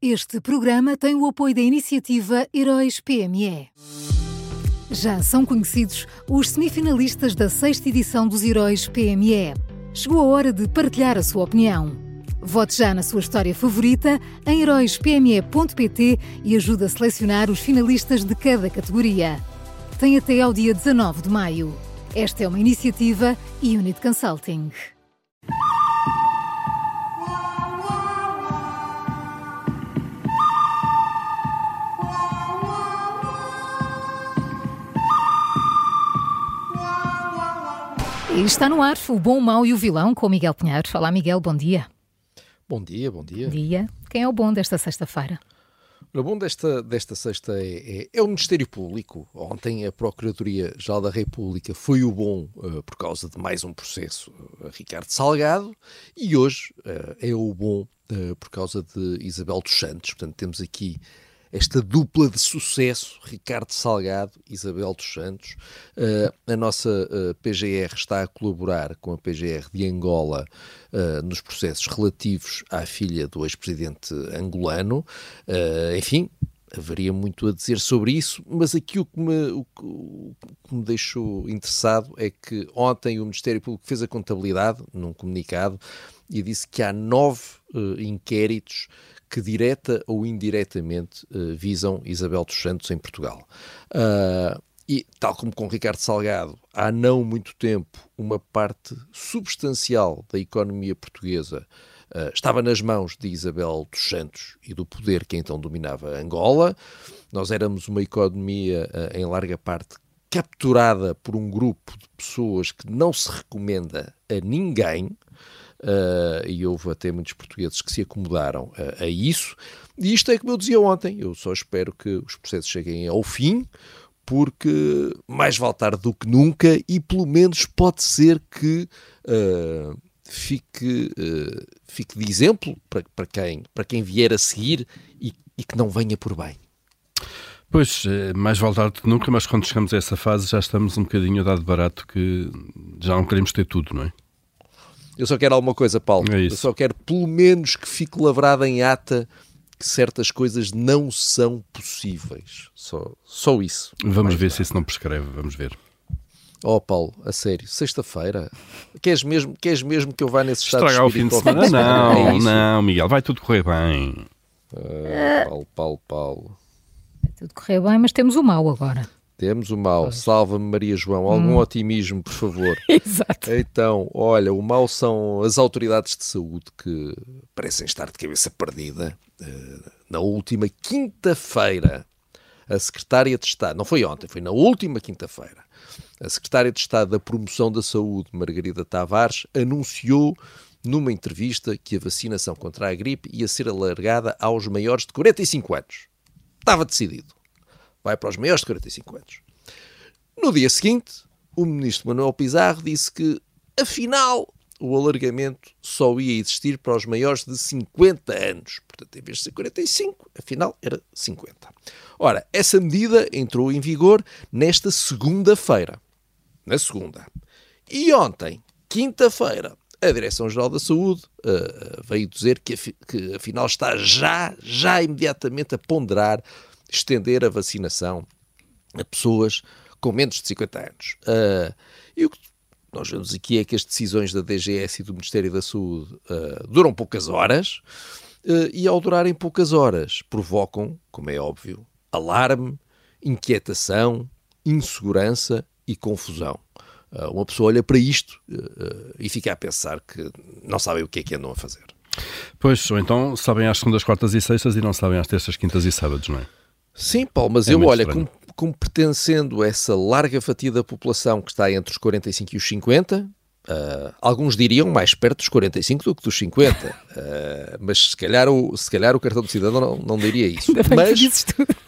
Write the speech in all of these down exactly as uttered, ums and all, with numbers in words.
Este programa tem o apoio da iniciativa Heróis P M E. Já são conhecidos os semifinalistas da sexta edição dos Heróis P M E. Chegou a hora de partilhar a sua opinião. Vote já na sua história favorita em heróis p m e ponto p t e ajude a selecionar os finalistas de cada categoria. Tem até ao dia dezanove de maio. Esta é uma iniciativa Unit Consulting. E está no ar o Bom, o Mau e o Vilão com o Miguel Pinheiro. Olá, Miguel, bom dia. Bom dia, bom dia. Bom dia. Quem é o bom desta sexta-feira? O bom desta, desta sexta é, é, é o Ministério Público. Ontem a Procuradoria-Geral da República foi o bom uh, por causa de mais um processo a uh, Ricardo Salgado e hoje uh, é o bom uh, por causa de Isabel dos Santos. Portanto, temos aqui esta dupla de sucesso, Ricardo Salgado, Isabel dos Santos. Uh, a nossa uh, P G R está a colaborar com a P G R de Angola uh, nos processos relativos à filha do ex-presidente angolano. Uh, enfim, haveria muito a dizer sobre isso, mas aqui o que, me, o, que, o que me deixou interessado é que ontem o Ministério Público fez a contabilidade num comunicado e disse que há nove uh, inquéritos que direta ou indiretamente uh, visam Isabel dos Santos em Portugal. Uh, e, tal como com Ricardo Salgado, há não muito tempo uma parte substancial da economia portuguesa uh, estava nas mãos de Isabel dos Santos e do poder que então dominava Angola. Nós éramos uma economia, uh, em larga parte, capturada por um grupo de pessoas que não se recomenda a ninguém. Uh, e houve até muitos portugueses que se acomodaram uh, a isso, e isto é como eu dizia ontem, eu só espero que os processos cheguem ao fim, porque mais vale tarde do que nunca, e pelo menos pode ser que uh, fique, uh, fique de exemplo para, para, quem, para quem vier a seguir e, e que não venha por bem. Pois, mais vale tarde do que nunca, mas quando chegamos a essa fase já estamos um bocadinho a dar de barato que já não queremos ter tudo, não é? Eu só quero alguma coisa, Paulo. É eu só quero pelo menos que fique lavrado em ata que certas coisas não são possíveis. Só, só isso. Vamos Mais ver nada. Se isso não prescreve, vamos ver. Oh, Paulo, a sério, sexta-feira? Queres mesmo, queres mesmo que eu vá nesse estado Estragar de espírito? o fim de semana? Não, é não, Miguel, vai tudo correr bem. Uh, Paulo, Paulo, Paulo. Vai tudo correr bem, mas temos o mau agora. Temos o mau. Salva-me, Maria João. Algum hum. otimismo, por favor. Exato. Então, olha, o mau são as autoridades de saúde que parecem estar de cabeça perdida. Uh, na última quinta-feira, a Secretária de Estado, não foi ontem, foi na última quinta-feira, a Secretária de Estado da Promoção da Saúde, Margarida Tavares, anunciou numa entrevista que a vacinação contra a gripe ia ser alargada aos maiores de quarenta e cinco anos. Estava decidido. Vai para os maiores de quarenta e cinco anos. No dia seguinte, o ministro Manuel Pizarro disse que, afinal, o alargamento só ia existir para os maiores de cinquenta anos. Portanto, em vez de ser quarenta e cinco, afinal, era cinquenta. Ora, essa medida entrou em vigor nesta segunda-feira. Na segunda. E ontem, quinta-feira, a Direção-Geral da Saúde uh, veio dizer que, que, afinal, está já, já imediatamente a ponderar estender a vacinação a pessoas com menos de cinquenta anos. Uh, e o que nós vemos aqui é que as decisões da D G S e do Ministério da Saúde uh, duram poucas horas uh, e, ao durarem poucas horas, provocam, como é óbvio, alarme, inquietação, insegurança e confusão. Uh, uma pessoa olha para isto uh, uh, e fica a pensar que não sabem o que é que andam a fazer. Pois, ou então sabem às segundas, quartas e sextas e não sabem às terças, quintas e sábados, não é? Sim, Paulo, mas é eu, olha, como, como pertencendo a essa larga fatia da população que está entre os quarenta e cinco e os cinquenta, uh, alguns diriam mais perto dos quarenta e cinco do que dos cinquenta, uh, mas se calhar, o, se calhar o cartão de cidadão não, não diria isso. Mas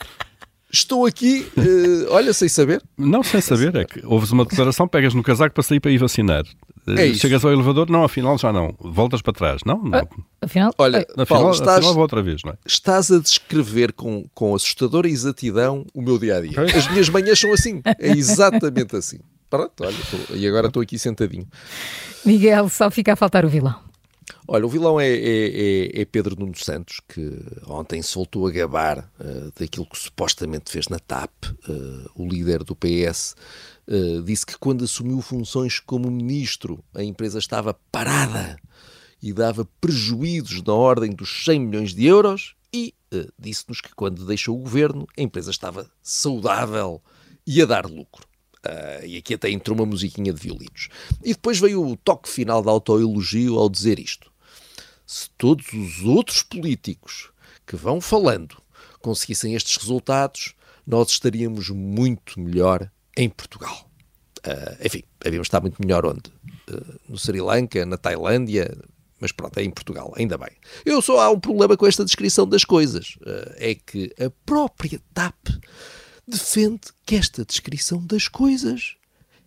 estou aqui, uh, olha, sem saber. Não, sem saber, é que ouves uma declaração, pegas no casaco para sair para ir vacinar. É isso. Chegas ao elevador, não, afinal já não. Voltas para trás, não? não. Ah, afinal, olha, afinal, Paulo, estás, afinal vou outra vez, não é? Estás a descrever com, com assustadora exatidão o meu dia-a-dia. As minhas manhãs são assim, é exatamente assim. Pronto, olha, tô, e agora estou aqui sentadinho. Miguel, só fica a faltar o vilão. Olha, o vilão é, é, é Pedro Nuno Santos, que ontem se voltou a gabar uh, daquilo que supostamente fez na T A P. Uh, o líder do P S uh, disse que quando assumiu funções como ministro, a empresa estava parada e dava prejuízos na ordem dos cem milhões de euros e uh, disse-nos que quando deixou o governo, a empresa estava saudável e a dar lucro. Uh, e aqui até entrou uma musiquinha de violinos. E depois veio o toque final de autoelogio ao dizer isto. Se todos os outros políticos que vão falando conseguissem estes resultados, nós estaríamos muito melhor em Portugal. Uh, enfim, havíamos estar muito melhor onde? Uh, no Sri Lanka, na Tailândia, mas pronto, é em Portugal, ainda bem. Eu só há um problema com esta descrição das coisas. Uh, é que a própria T A P defende que esta descrição das coisas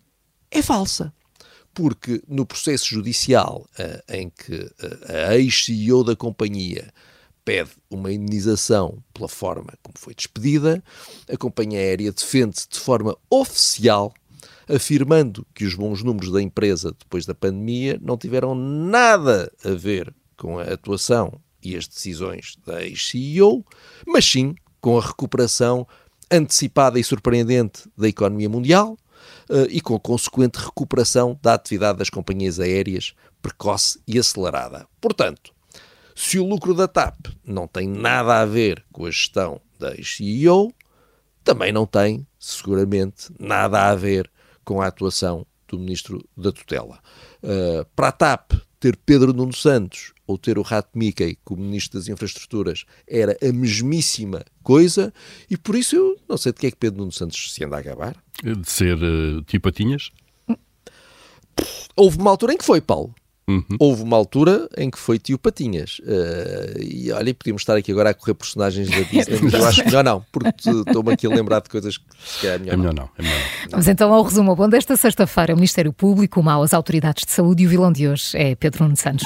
é falsa. Porque no processo judicial uh, em que uh, a ex-C E O da companhia pede uma indenização pela forma como foi despedida, a companhia aérea defende-se de forma oficial, afirmando que os bons números da empresa depois da pandemia não tiveram nada a ver com a atuação e as decisões da ex-C E O, mas sim com a recuperação antecipada e surpreendente da economia mundial, Uh, e com a consequente recuperação da atividade das companhias aéreas precoce e acelerada. Portanto, se o lucro da T A P não tem nada a ver com a gestão da ex-C E O, também não tem, seguramente, nada a ver com a atuação do Ministro da Tutela. Uh, para a T A P, ter Pedro Nuno Santos ou ter o Rato Mickey como Ministro das Infraestruturas era a mesmíssima coisa e por isso eu não sei de que é que Pedro Nuno Santos se anda a gabar. De ser uh, tio Patinhas? Houve uma altura em que foi, Paulo. Uhum. Houve uma altura em que foi tio Patinhas. Uh, e olha, podíamos estar aqui agora a correr personagens da Disney, mas eu acho melhor não, porque estou-me aqui a lembrar de coisas que se calhar é melhor, é melhor não. não. É melhor não. Vamos então ao resumo. Bom, desta sexta-feira, o Ministério Público, o mau às autoridades de saúde e o vilão de hoje é Pedro Nuno Santos.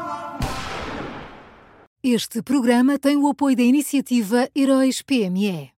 Este programa tem o apoio da iniciativa Heróis P M E.